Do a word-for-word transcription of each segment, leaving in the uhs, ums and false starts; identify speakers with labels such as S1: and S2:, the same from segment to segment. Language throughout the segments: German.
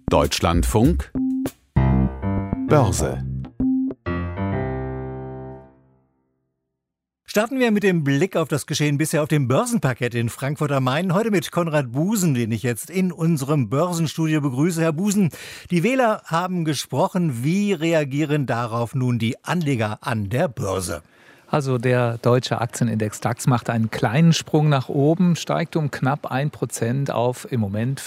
S1: Deutschlandfunk Börse.
S2: Starten wir mit dem Blick auf das Geschehen bisher auf dem Börsenparkett in Frankfurt am Main. Heute mit Konrad Busen, den ich jetzt in unserem Börsenstudio begrüße. Herr Busen, die Wähler haben gesprochen. Wie reagieren darauf nun die Anleger an der Börse?
S3: Also der deutsche Aktienindex DAX macht einen kleinen Sprung nach oben, steigt um knapp ein Prozent auf im Moment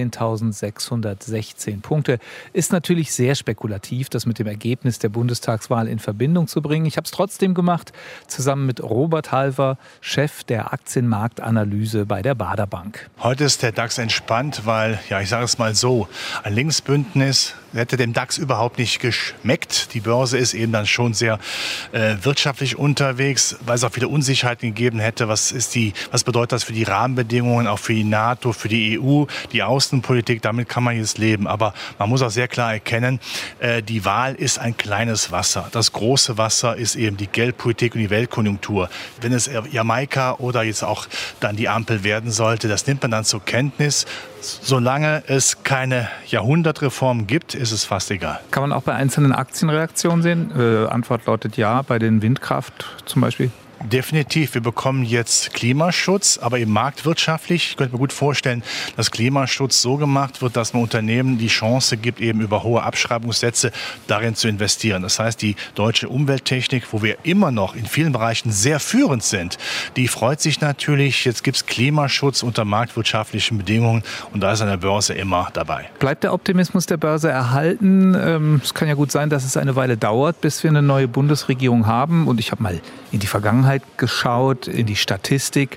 S3: fünfzehntausendsechshundertsechzehn Punkte. Ist natürlich sehr spekulativ, das mit dem Ergebnis der Bundestagswahl in Verbindung zu bringen. Ich habe es trotzdem gemacht, zusammen mit Robert Halver, Chef der Aktienmarktanalyse bei der Baader Bank.
S4: Heute ist der DAX entspannt, weil, ja, ich sage es mal so, ein Linksbündnis hätte dem DAX überhaupt nicht geschmeckt. Die Börse ist eben dann schon sehr äh, wirtschaftlich unterwegs, weil es auch viele Unsicherheiten gegeben hätte. Was ist die, was bedeutet das für die Rahmenbedingungen, auch für die NATO, für die E U, die Außenpolitik? Damit kann man jetzt leben. Aber man muss auch sehr klar erkennen, äh, die Wahl ist ein kleines Wasser. Das große Wasser ist eben die Geldpolitik und die Weltkonjunktur. Wenn es Jamaika oder jetzt auch dann die Ampel werden sollte, das nimmt man dann zur Kenntnis. Solange es keine Jahrhundertreform gibt, ist es fast egal.
S3: Kann man auch bei einzelnen Aktienreaktionen sehen? Äh, Antwort lautet ja, bei den Windkraft zum Beispiel.
S4: Definitiv. Wir bekommen jetzt Klimaschutz, aber eben marktwirtschaftlich. Ich könnte mir gut vorstellen, dass Klimaschutz so gemacht wird, dass man Unternehmen die Chance gibt, eben über hohe Abschreibungssätze darin zu investieren. Das heißt, die deutsche Umwelttechnik, wo wir immer noch in vielen Bereichen sehr führend sind, die freut sich natürlich. Jetzt gibt es Klimaschutz unter marktwirtschaftlichen Bedingungen und da ist an der Börse immer dabei.
S3: Bleibt der Optimismus der Börse erhalten? Es kann ja gut sein, dass es eine Weile dauert, bis wir eine neue Bundesregierung haben. Und ich habe mal in die Vergangenheit geschaut, in die Statistik.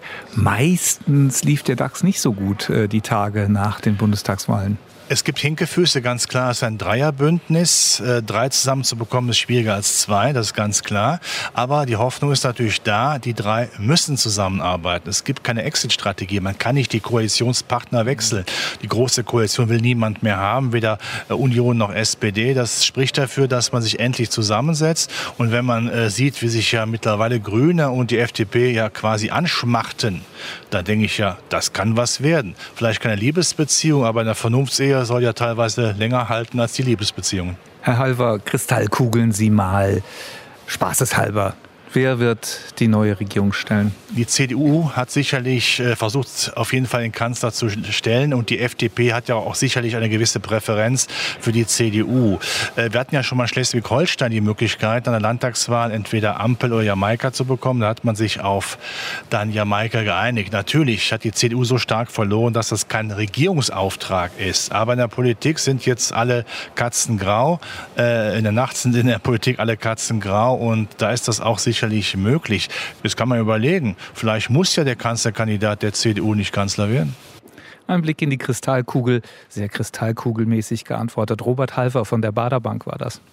S3: Meistens lief der DAX nicht so gut äh, die Tage nach den Bundestagswahlen.
S4: Es gibt Hinkefüße, ganz klar, es ist ein Dreierbündnis. Äh, drei zusammenzubekommen ist schwieriger als zwei, das ist ganz klar. Aber die Hoffnung ist natürlich da, die drei müssen zusammenarbeiten. Es gibt keine Exit-Strategie, man kann nicht die Koalitionspartner wechseln. Die große Koalition will niemand mehr haben, weder Union noch S P D. Das spricht dafür, dass man sich endlich zusammensetzt. Und wenn man äh, sieht, wie sich ja mittlerweile Grüne und die F D P ja quasi anschmachten, da denke ich ja, das kann was werden. Vielleicht keine Liebesbeziehung, aber in der Vernunftsehe soll ja teilweise länger halten als die Liebesbeziehungen.
S3: Herr Halver, kristallkugeln Sie mal spaßeshalber. Wer wird die neue Regierung stellen?
S4: Die C D U hat sicherlich äh, versucht, auf jeden Fall den Kanzler zu stellen. Und die F D P hat ja auch sicherlich eine gewisse Präferenz für die C D U. Äh, wir hatten ja schon mal Schleswig-Holstein die Möglichkeit, an der Landtagswahl entweder Ampel oder Jamaika zu bekommen. Da hat man sich auf dann Jamaika geeinigt. Natürlich hat die C D U so stark verloren, dass das kein Regierungsauftrag ist. Aber in der Politik sind jetzt alle Katzen grau. Äh, in der Nacht sind in der Politik alle Katzen grau. Und da ist das auch sicher möglich. Das kann man überlegen. Vielleicht muss ja der Kanzlerkandidat der C D U nicht Kanzler werden.
S3: Ein Blick in die Kristallkugel, sehr kristallkugelmäßig geantwortet. Robert Halver von der Baader Bank war das.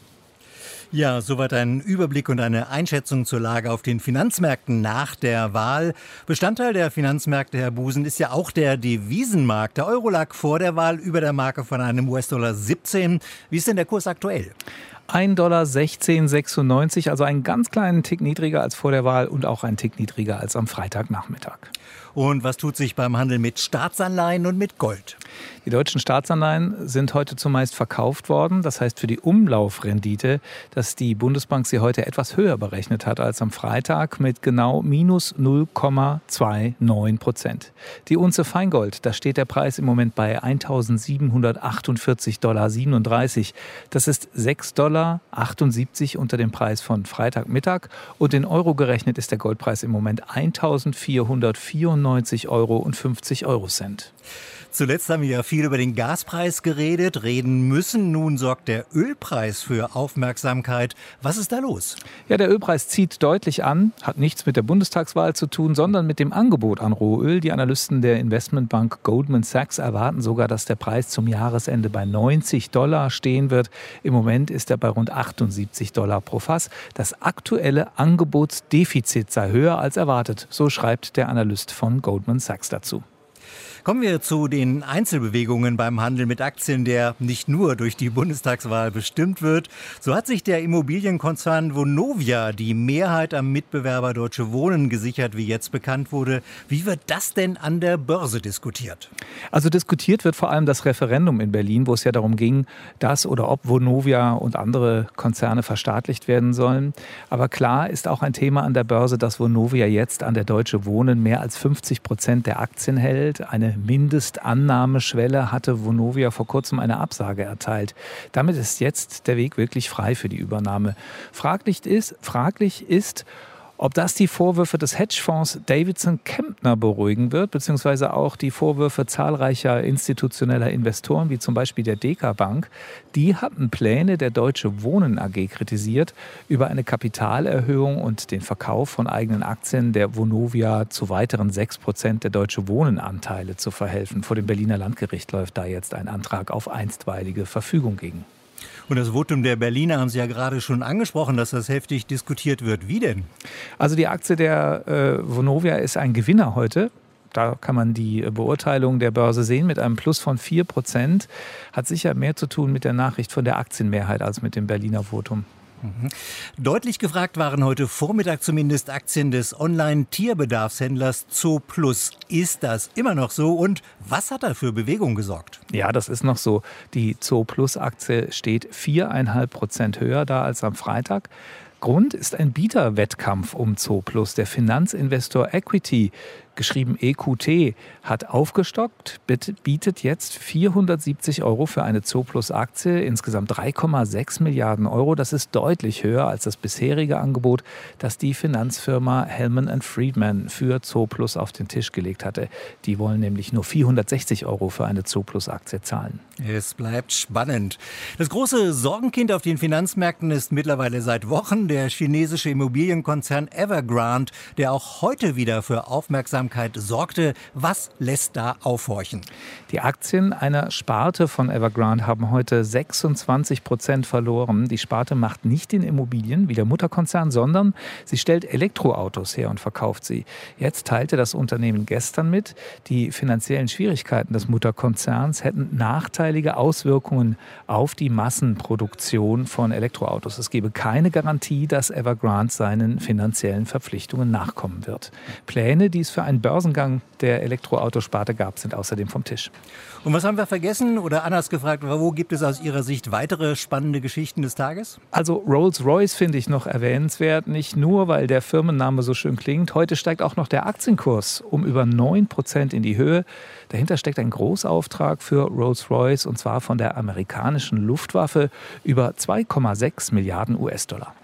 S2: Ja, soweit ein Überblick und eine Einschätzung zur Lage auf den Finanzmärkten nach der Wahl. Bestandteil der Finanzmärkte, Herr Busen, ist ja auch der Devisenmarkt. Der Euro lag vor der Wahl über der Marke von einem U S-Dollar siebzehn. Wie ist denn der Kurs aktuell?
S3: ein Dollar sechzehn sechsundneunzig, also einen ganz kleinen Tick niedriger als vor der Wahl und auch einen Tick niedriger als am Freitagnachmittag.
S2: Und was tut sich beim Handel mit Staatsanleihen und mit Gold?
S3: Die deutschen Staatsanleihen sind heute zumeist verkauft worden. Das heißt für die Umlaufrendite, dass die Bundesbank sie heute etwas höher berechnet hat als am Freitag mit genau minus null Komma neunundzwanzig Prozent. Die Unze Feingold, da steht der Preis im Moment bei eintausendsiebenhundertachtundvierzig Komma siebenunddreißig Dollar. Das ist sechs Komma achtundsiebzig Dollar unter dem Preis von Freitagmittag. Und in Euro gerechnet ist der Goldpreis im Moment eintausendvierhundertvierundneunzig Euro und fünfzig Eurocent.
S2: Zuletzt haben wir ja viel über den Gaspreis geredet, reden müssen. Nun sorgt der Ölpreis für Aufmerksamkeit. Was ist da los?
S3: Ja, der Ölpreis zieht deutlich an, hat nichts mit der Bundestagswahl zu tun, sondern mit dem Angebot an Rohöl. Die Analysten der Investmentbank Goldman Sachs erwarten sogar, dass der Preis zum Jahresende bei neunzig Dollar stehen wird. Im Moment ist er bei rund achtundsiebzig Dollar pro Fass. Das aktuelle Angebotsdefizit sei höher als erwartet, so schreibt der Analyst von Goldman Sachs dazu.
S2: Kommen wir zu den Einzelbewegungen beim Handel mit Aktien, der nicht nur durch die Bundestagswahl bestimmt wird. So hat sich der Immobilienkonzern Vonovia die Mehrheit am Mitbewerber Deutsche Wohnen gesichert, wie jetzt bekannt wurde. Wie wird das denn an der Börse diskutiert?
S3: Also diskutiert wird vor allem das Referendum in Berlin, wo es ja darum ging, dass oder ob Vonovia und andere Konzerne verstaatlicht werden sollen. Aber klar ist auch ein Thema an der Börse, dass Vonovia jetzt an der Deutsche Wohnen mehr als fünfzig Prozent der Aktien hält. Eine Mindestannahmeschwelle hatte Vonovia vor kurzem eine Absage erteilt. Damit ist jetzt der Weg wirklich frei für die Übernahme. Fraglich ist, fraglich ist, ob das die Vorwürfe des Hedgefonds Davidson Kempner beruhigen wird, beziehungsweise auch die Vorwürfe zahlreicher institutioneller Investoren, wie zum Beispiel der Deka Bank. Die hatten Pläne der Deutsche Wohnen A G kritisiert, über eine Kapitalerhöhung und den Verkauf von eigenen Aktien der Vonovia zu weiteren sechs Prozent der Deutsche Wohnen Anteile zu verhelfen. Vor dem Berliner Landgericht läuft da jetzt ein Antrag auf einstweilige Verfügung gegen.
S2: Und das Votum der Berliner haben Sie ja gerade schon angesprochen, dass das heftig diskutiert wird. Wie denn?
S3: Also die Aktie der äh, Vonovia ist ein Gewinner heute. Da kann man die Beurteilung der Börse sehen mit einem Plus von vier Prozent. Hat sicher mehr zu tun mit der Nachricht von der Aktienmehrheit als mit dem Berliner Votum.
S2: Mhm. Deutlich gefragt waren heute Vormittag zumindest Aktien des Online-Tierbedarfshändlers Zooplus. Ist das immer noch so und was hat da für Bewegung gesorgt?
S3: Ja, das ist noch so. Die Zooplus-Aktie steht vier Komma fünf Prozent höher da als am Freitag. Grund ist ein Bieterwettkampf um Zooplus. Der Finanzinvestor Equity, geschrieben E Q T, hat aufgestockt, bietet jetzt vierhundertsiebzig Euro für eine Zooplus-Aktie, insgesamt drei Komma sechs Milliarden Euro. Das ist deutlich höher als das bisherige Angebot, das die Finanzfirma Hellman and Friedman für Zooplus auf den Tisch gelegt hatte. Die wollen nämlich nur vierhundertsechzig Euro für eine Zooplus-Aktie zahlen.
S2: Es bleibt spannend. Das große Sorgenkind auf den Finanzmärkten ist mittlerweile seit Wochen der chinesische Immobilienkonzern Evergrande, der auch heute wieder für Aufmerksamkeit sorgte. Was lässt da aufhorchen?
S3: Die Aktien einer Sparte von Evergrande haben heute sechsundzwanzig Prozent verloren. Die Sparte macht nicht den Immobilien wie der Mutterkonzern, sondern sie stellt Elektroautos her und verkauft sie. Jetzt teilte das Unternehmen gestern mit, die finanziellen Schwierigkeiten des Mutterkonzerns hätten nachteilige Auswirkungen auf die Massenproduktion von Elektroautos. Es gebe keine Garantie, dass Evergrande seinen finanziellen Verpflichtungen nachkommen wird. Pläne, die es für einen Börsengang der Elektroautosparte gab, sind außerdem vom Tisch.
S2: Und was haben wir vergessen? Oder anders gefragt, wo gibt es aus Ihrer Sicht weitere spannende Geschichten des Tages?
S3: Also Rolls-Royce finde ich noch erwähnenswert, nicht nur, weil der Firmenname so schön klingt. Heute steigt auch noch der Aktienkurs um über neun Prozent in die Höhe. Dahinter steckt ein Großauftrag für Rolls-Royce und zwar von der amerikanischen Luftwaffe über zwei Komma sechs Milliarden U S-Dollar.